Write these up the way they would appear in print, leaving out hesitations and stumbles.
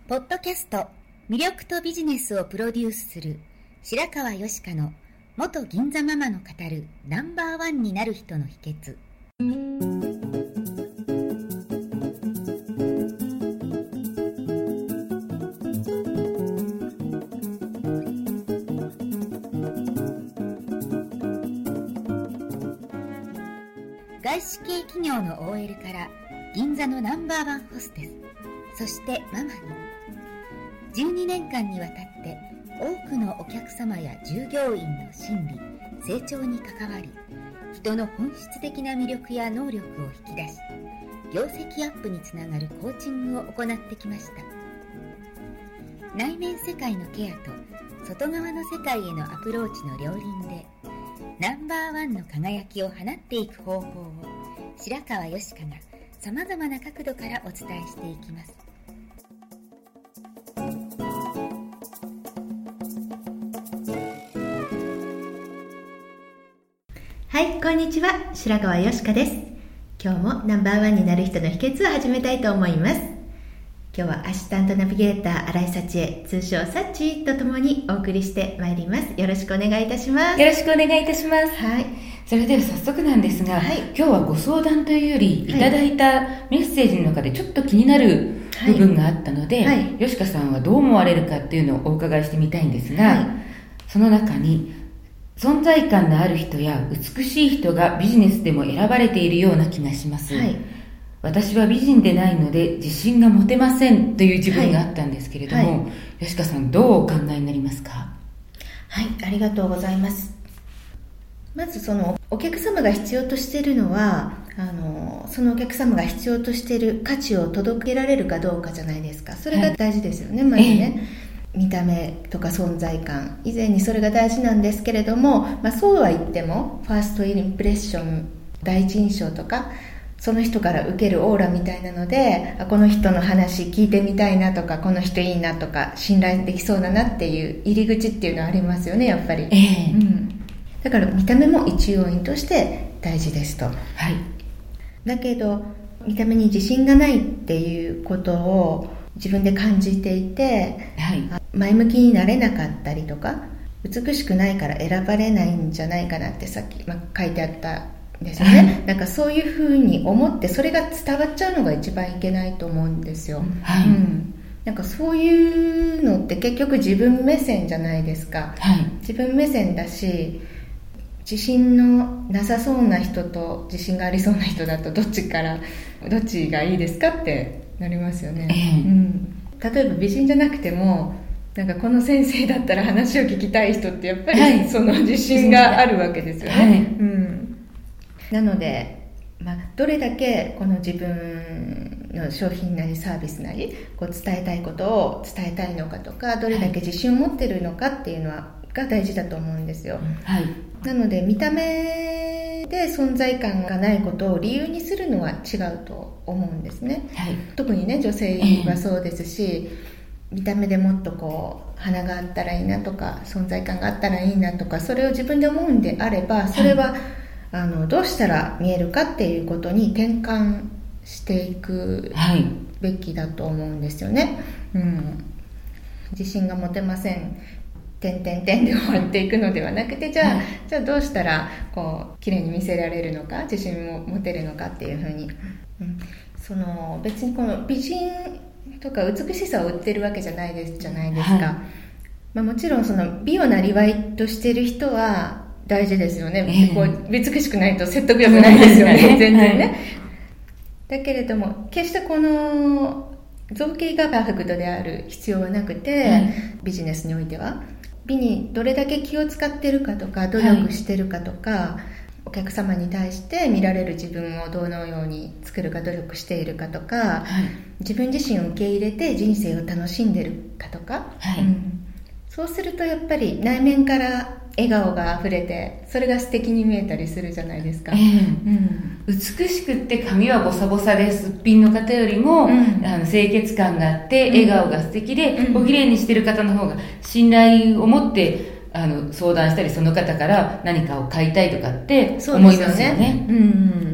ポッドキャスト魅力とビジネスをプロデュースする白川よしかの元銀座ママの語るナンバーワンになる人の秘訣。外資系企業の OL から銀座のナンバーワンホステス、そしてママに12年間にわたって多くのお客様や従業員の心理、成長に関わり、人の本質的な魅力や能力を引き出し、業績アップにつながるコーチングを行ってきました。内面世界のケアと外側の世界へのアプローチの両輪でナンバーワンの輝きを放っていく方法を白川よしかがさまざまな角度からお伝えしていきます。 はい、こんにちは、白川よしかです。今日もナンバーワンになる人の秘訣を始めたいと思います。今日はアシスタントナビゲーター新井幸恵、通称サッチーとともにお送りしてまいります。よろしくお願いいたします。 よろしくお願いいたします。 はい。 それでは早速なんですが、 はい、 今日はご相談というよりいただいたメッセージの中でちょっと気になる部分があったので、よしかさんはどう思われるかっていうのをお伺いしてみたいんですが、その中に存在感のある人や美しい人がビジネスでも選ばれているような気がします。私は美人でないので自信が持てませんという自分があったんですけれども、吉川さんどうお考えになりますか？ はい、ありがとうございます。まずそのお客様が必要としているのはそのお客様が必要としている価値を届けられるかどうかじゃないですか。それが大事ですよね、まずね。見た目とか存在感以前にそれが大事なんですけれども、そうは言ってもファーストインプレッション、第一印象とかその人から受けるオーラみたいなので、この人の話聞いてみたいなとか、この人いいなとか信頼できそうだなっていう入り口っていうのはありますよね、やっぱり。だから見た目も一要因として大事ですと。だけど見た目に自信がないっていうことを自分で感じていて、前向きになれなかったりとか、美しくないから選ばれないんじゃないかなってさっき、書いてあったんですよね。なんかそういうふうに思ってそれが伝わっちゃうのが一番いけないと思うんですよ。なんかそういうのって結局自分目線じゃないですか。自分目線だし、自信のなさそうな人と自信がありそうな人だとどっちがいいですかってなりますよね。例えば美人じゃなくてもなんかこの先生だったら話を聞きたい人ってやっぱりその自信があるわけですよね。なので、どれだけこの自分の商品なりサービスなりこう伝えたいことを伝えたいのかとか、どれだけ自信を持ってるのかっていうのが大事だと思うんですよ。なので見た目で存在感がないことを理由にするのは違うと思うんですね。特にね、女性はそうですし、見た目でもっとこう花があったらいいなとか存在感があったらいいなとか、それを自分で思うんであれば、それは、どうしたら見えるかっていうことに転換していくべきだと思うんですよね。自信が持てませんで終わっていくのではなくて、じゃあどうしたらこう綺麗に見せられるのか、自信を持てるのかっていうふうに、別にこの美人とか美しさを売ってるわけじゃないですか。もちろんその美をなりわいとしてる人は大事ですよね。こう美しくないと説得力ないですよね。全然ね。だけれども決してこの造形がパーフェクトである必要はなくて、ビジネスにおいては美にどれだけ気を使ってるかとか、努力してるかとか、お客様に対して見られる自分をどのように作るか努力しているかとか、自分自身を受け入れて人生を楽しんでるかとか、そうするとやっぱり内面から笑顔があふれて、それが素敵に見えたりするじゃないですか。 美しくって髪はボサボサですっぴんの方よりも、清潔感があって笑顔が素敵で、お綺麗にしてる方の方が信頼を持って相談したり、その方から何かを買いたいとかって思いますよね。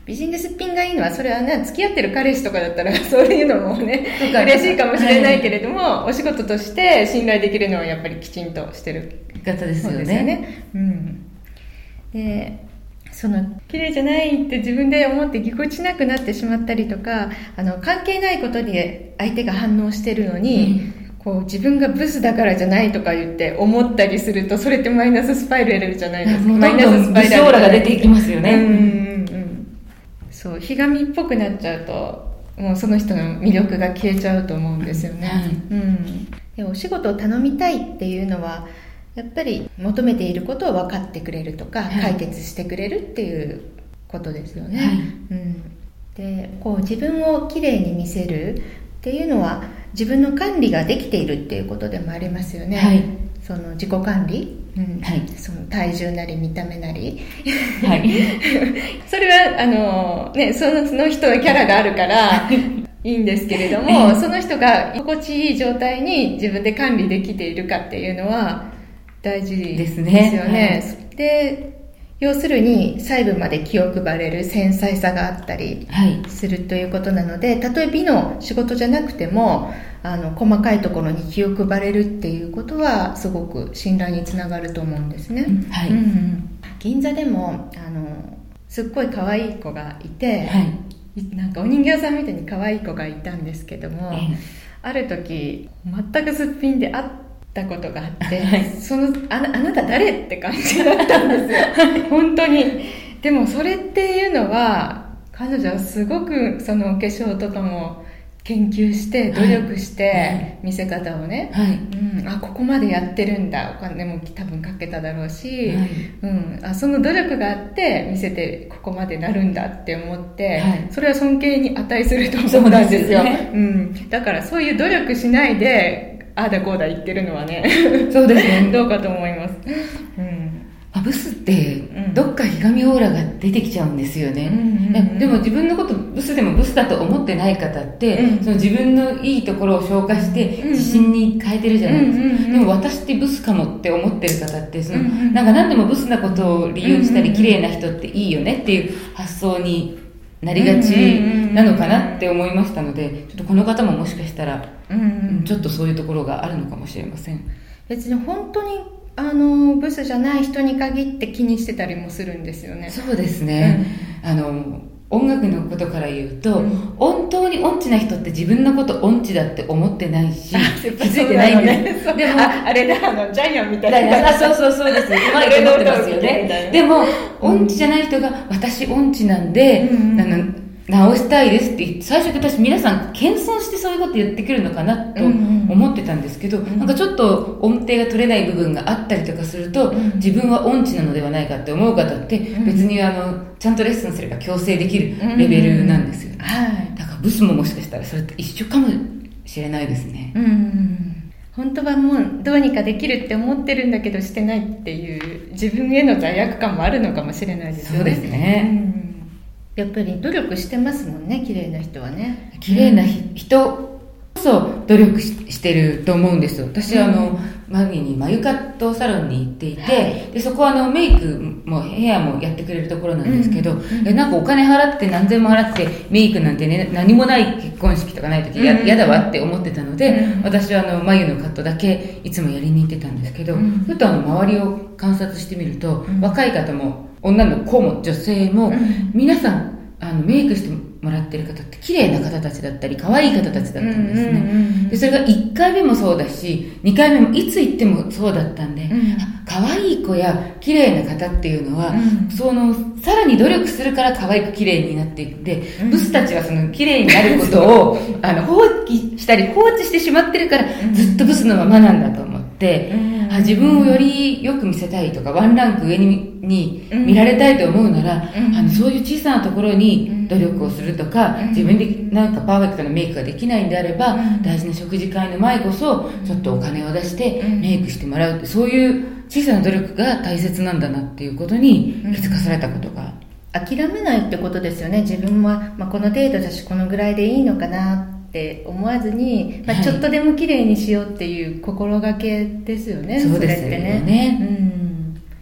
美人ですっぴんがいいのは、それはね、付き合ってる彼氏とかだったらそういうのもね嬉しいかもしれないけれども、お仕事として信頼できるのはやっぱりきちんとしてる方ですよね。 で、その綺麗じゃないって自分で思ってぎこちなくなってしまったりとか、関係ないことに相手が反応してるのに、こう自分がブスだからじゃないとか言って思ったりすると、それってマイナススパイラルじゃないですか。 マイナススパイラル、ブスオーラが出ていきますよね。 そう、ひがみっぽくなっちゃうと、もうその人の魅力が消えちゃうと思うんですよね。で、お仕事を頼みたいっていうのは、やっぱり求めていることを分かってくれるとか、解決してくれるっていうことですよね。で、こう自分をきれいに見せるっていうのは、自分の管理ができているっていうことでもありますよね。その自己管理、その体重なり見た目なり、それはその人のキャラがあるからいいんですけれども、その人が心地いい状態に自分で管理できているかっていうのは大事ですよね。で、要するに細部まで気を配れる繊細さがあったりするということなので、たとえ美の仕事じゃなくても細かいところに気を配れるっていうことはすごく信頼につながると思うんですね。銀座でもすっごい可愛い子がいて、なんかお人形さんみたいに可愛い子がいたんですけども、ある時全くすっぴんで会ったことがあって、あなた誰って感じだったんですよ本当に。でもそれっていうのは、彼女はすごくそのお化粧とかも研究して努力して見せ方をね、ここまでやってるんだ、お金も多分かけただろうし、その努力があって見せてここまでなるんだって思って、それは尊敬に値すると思ったんですよ。だからそういう努力しないでああだこうだ言ってるのはねそうですねどうかと思います。 ブスってどっかひがみオーラが出てきちゃうんですよね。でも自分のことブスでもブスだと思ってない方って、その自分のいいところを消化して自信に変えてるじゃないですか。でも私ってブスかもって思ってる方って、なんか何でもブスなことを利用したり綺麗な人っていいよねっていう発想になりがちなのかなって思いましたので、ちょっとこの方ももしかしたらちょっとそういうところがあるのかもしれません。 別に本当にブスじゃない人に限って気にしてたりもするんですよね。 そうですね、音楽のことから言うと、本当に音痴な人って自分のこと音痴だって思ってないし気づいてないんです。でもあれだ、ジャイアンみたいな。 そうです。うまいと思ってますよね。でも音痴じゃない人が私音痴なんで、直したいですって言って、最初私皆さん謙遜してそういうこと言ってくるのかなと思ってたんですけど、なんかちょっと音程が取れない部分があったりとかすると、自分は音痴なのではないかって思う方って別にちゃんとレッスンすれば矯正できるレベルなんですよね。だからブスももしかしたらそれと一緒かもしれないですね。 本当はもうどうにかできるって思ってるんだけどしてないっていう自分への罪悪感もあるのかもしれないですよね。 そうですね。 やっぱり努力してますもんね、綺麗な人はね。 綺麗な人こそ努力してると思うんですよ。私マギに眉カットサロンに行っていて、でそこはメイクもヘアもやってくれるところなんですけど、なんかお金払って何千も払ってメイクなんてね、何もない結婚式とかない時嫌だわって思ってたので、私は眉のカットだけいつもやりに行ってたんですけど、ふと周りを観察してみると、若い方も女の子も女性も、皆さんメイクしてもらってる方って綺麗な方たちだったり可愛い方たちだったんですね。でそれが1回目もそうだし2回目もいつ行ってもそうだったんで、可愛い子や綺麗な方っていうのは、さらに努力するから可愛く綺麗になっていくんで、ブスたちはその綺麗になることを放棄したり放置してしまってるから、ずっとブスのままなんだと思って、自分をよりよく見せたいとかワンランク上に見られたいと思うなら、そういう小さなところに努力をするとか、自分でなんかパーフェクトなメイクができないんであれば、大事な食事会の前こそちょっとお金を出してメイクしてもらうって、そういう小さな努力が大切なんだなっていうことに気づかされたことが、 諦めないってことですよね。自分は、この程度だしこのぐらいでいいのかなって思わずに、ちょっとでも綺麗にしようっていう心がけですよね。 そうですよね。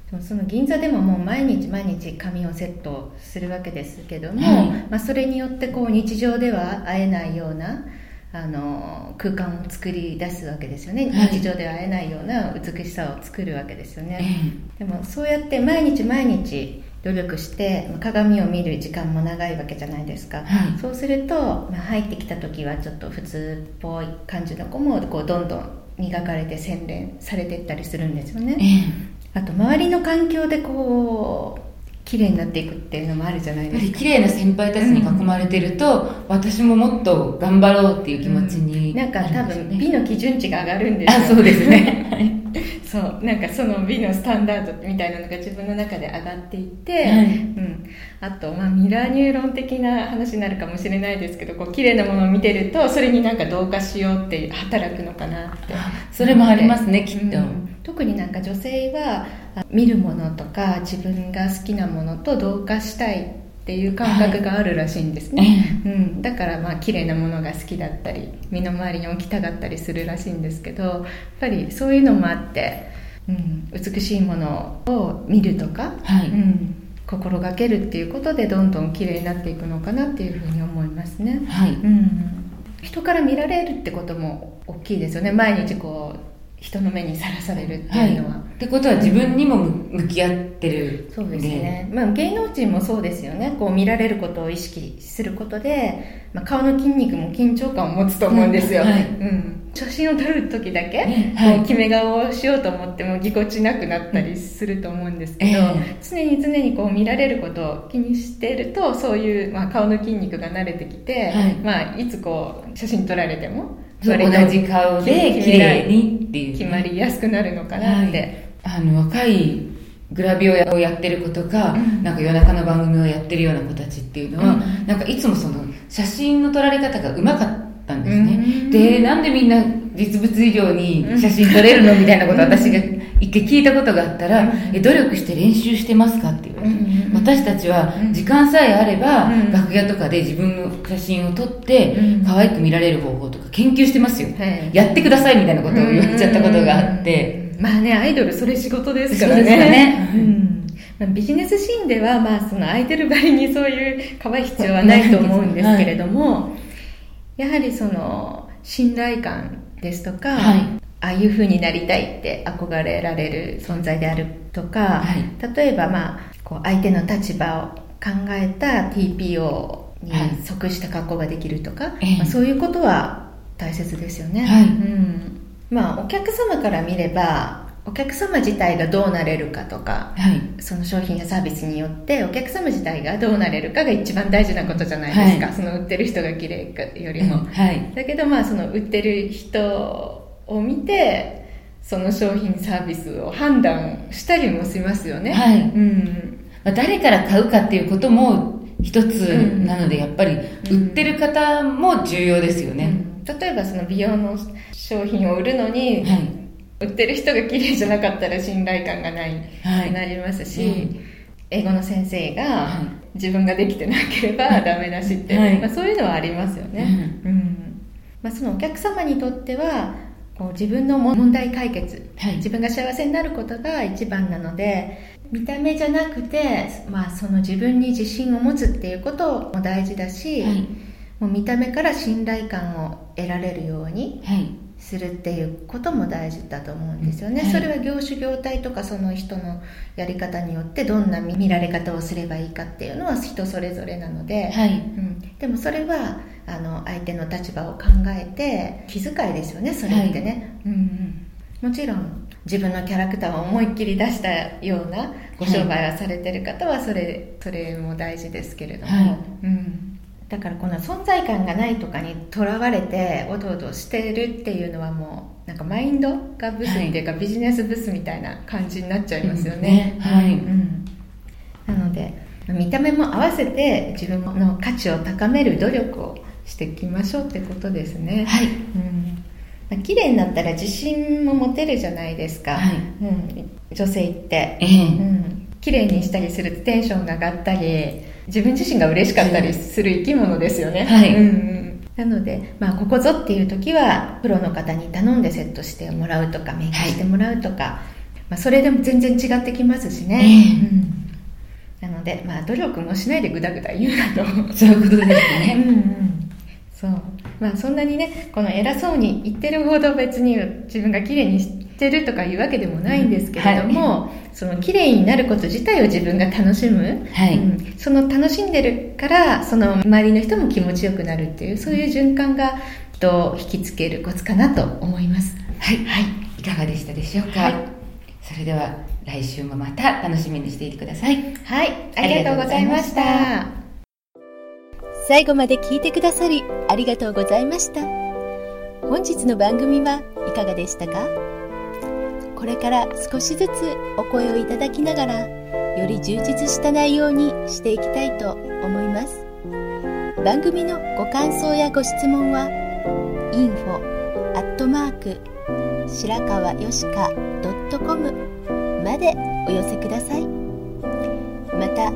その銀座でももう毎日毎日髪をセットするわけですけども、それによってこう日常では会えないような空間を作り出すわけですよね、日常では会えないような美しさを作るわけですよね、でもそうやって毎日毎日努力して鏡を見る時間も長いわけじゃないですか、そうすると、入ってきた時はちょっと普通っぽい感じの子もこうどんどん磨かれて洗練されていったりするんですよね、あと周りの環境でこう綺麗になっていくっていうのもあるじゃないですか。 綺麗な先輩たちに囲まれてると、私ももっと頑張ろうっていう気持ちになんか多分美の基準値が上がるんですよ。 そうですねそうなんかその美のスタンダードみたいなのが自分の中で上がっていって、あとミラーニューロン的な話になるかもしれないですけど、こう綺麗なものを見てるとそれになんか同化しようって働くのかなって。 それもありますね、きっと、 特になんか女性は見るものとか自分が好きなものと同化したいっていう感覚があるらしいんですね、だから綺麗なものが好きだったり身の回りに置きたかったりするらしいんですけど、やっぱりそういうのもあって、美しいものを見るとか、心がけるっていうことでどんどん綺麗になっていくのかなっていうふうに思いますね、人から見られるってことも大きいですよね。毎日こう人の目にさらされるっていうのは、 ってことは自分にも向き合ってる、 そうですね、芸能人もそうですよね。こう見られることを意識することで、顔の筋肉も緊張感を持つと思うんですよ、写真を撮る時だけ、こう決め顔をしようと思ってもぎこちなくなったりすると思うんですけど、常にこう見られることを気にしていると、そういう、顔の筋肉が慣れてきて、いつこう写真撮られても同じ顔で綺麗にっていう、 決まりやすくなるのかなって、 若いグラビアをやってる子とか、なんか夜中の番組をやってるような子たちっていうのは、なんかいつもその写真の撮られ方がうまかったんですね、でなんでみんな実物以上に写真撮れるのみたいなことを私が一回聞いたことがあったら、努力して練習してますかって言われて、私たちは時間さえあれば、楽屋とかで自分の写真を撮って可愛く見られる方法とか研究してますよ、やってくださいみたいなことを言っちゃったことがあって、 アイドルそれ仕事ですからね、ビジネスシーンでは、そのアイドルばりにそういう可愛い必要はないと思うんですけれども、やはりその信頼感ですとか、ああいう風になりたいって憧れられる存在であるとか、例えばこう相手の立場を考えた TPO に即した格好ができるとか、そういうことは大切ですよね、お客様から見ればお客様自体がどうなれるかとか、その商品やサービスによってお客様自体がどうなれるかが一番大事なことじゃないですか、その売ってる人が綺麗かよりも、だけどその売ってる人を見てその商品サービスを判断したりもしますよね、 誰から買うかっていうことも一つなので、やっぱり売ってる方も重要ですよね、 例えばその美容の商品を売るのに、売ってる人が綺麗じゃなかったら信頼感がないくなりますし、英語の先生が自分ができてなければダメだしって、そういうのはありますよね、そのお客様にとってはこう自分の問題解決、自分が幸せになることが一番なので、見た目じゃなくて、その自分に自信を持つっていうことも大事だし、もう見た目から信頼感を得られるようにするっていうことも大事だと思うんですよね、それは業種業態とかその人のやり方によってどんな見られ方をすればいいかっていうのは人それぞれなので、でもそれは相手の立場を考えて気遣いですよね、それってね、もちろん自分のキャラクターを思いっきり出したようなご商売をされてる方はそれも大事ですけれども、だからこの存在感がないとかにとらわれておどおどしてるっていうのはもうなんかマインドがブスっていうか、ビジネスブスみたいな感じになっちゃいますよね、なので見た目も合わせて自分の価値を高める努力をしていきましょうってことですね、綺麗になったら自信も持てるじゃないですか、女性って、綺麗にしたりするとテンションが上がったり自分自身が嬉しかったりする生き物ですよね、なので、ここぞっていう時はプロの方に頼んでセットしてもらうとかメイクしてもらうとか、 それでも全然違ってきますしね、なので、努力もしないでぐだぐだ言うなとそういうことですね。 そう、そんなにねこの偉そうに言ってるほど別に自分が綺麗にしてるとかいうわけでもないんですけれども、その綺麗になること自体を自分が楽しむ、その楽しんでるからその周りの人も気持ちよくなるっていう、そういう循環が人を引きつけるコツかなと思います。 いかがでしたでしょうか。それでは来週もまた楽しみにしていてください。 ありがとうございました。 最後まで聞いてくださりありがとうございました。本日の番組はいかがでしたか？これから少しずつお声をいただきながらより充実した内容にしていきたいと思います。番組のご感想やご質問は info@ 白川よしか .com までお寄せください。また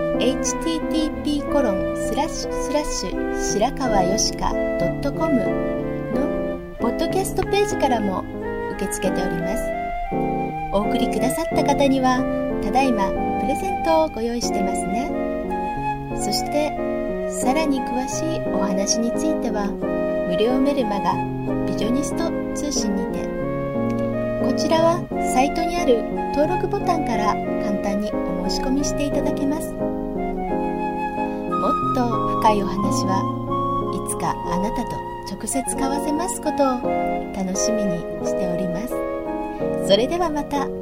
http:// 白川よしか .com のポッドキャストページからも受け付けております。お送りくださった方にはただいまプレゼントをご用意してますね。そしてさらに詳しいお話については無料メルマガビジョニスト通信にて、こちらはサイトにある登録ボタンから簡単にお申し込みしていただけます。もっと深いお話はいつかあなたと直接交わせますことを楽しみにしております。それではまた。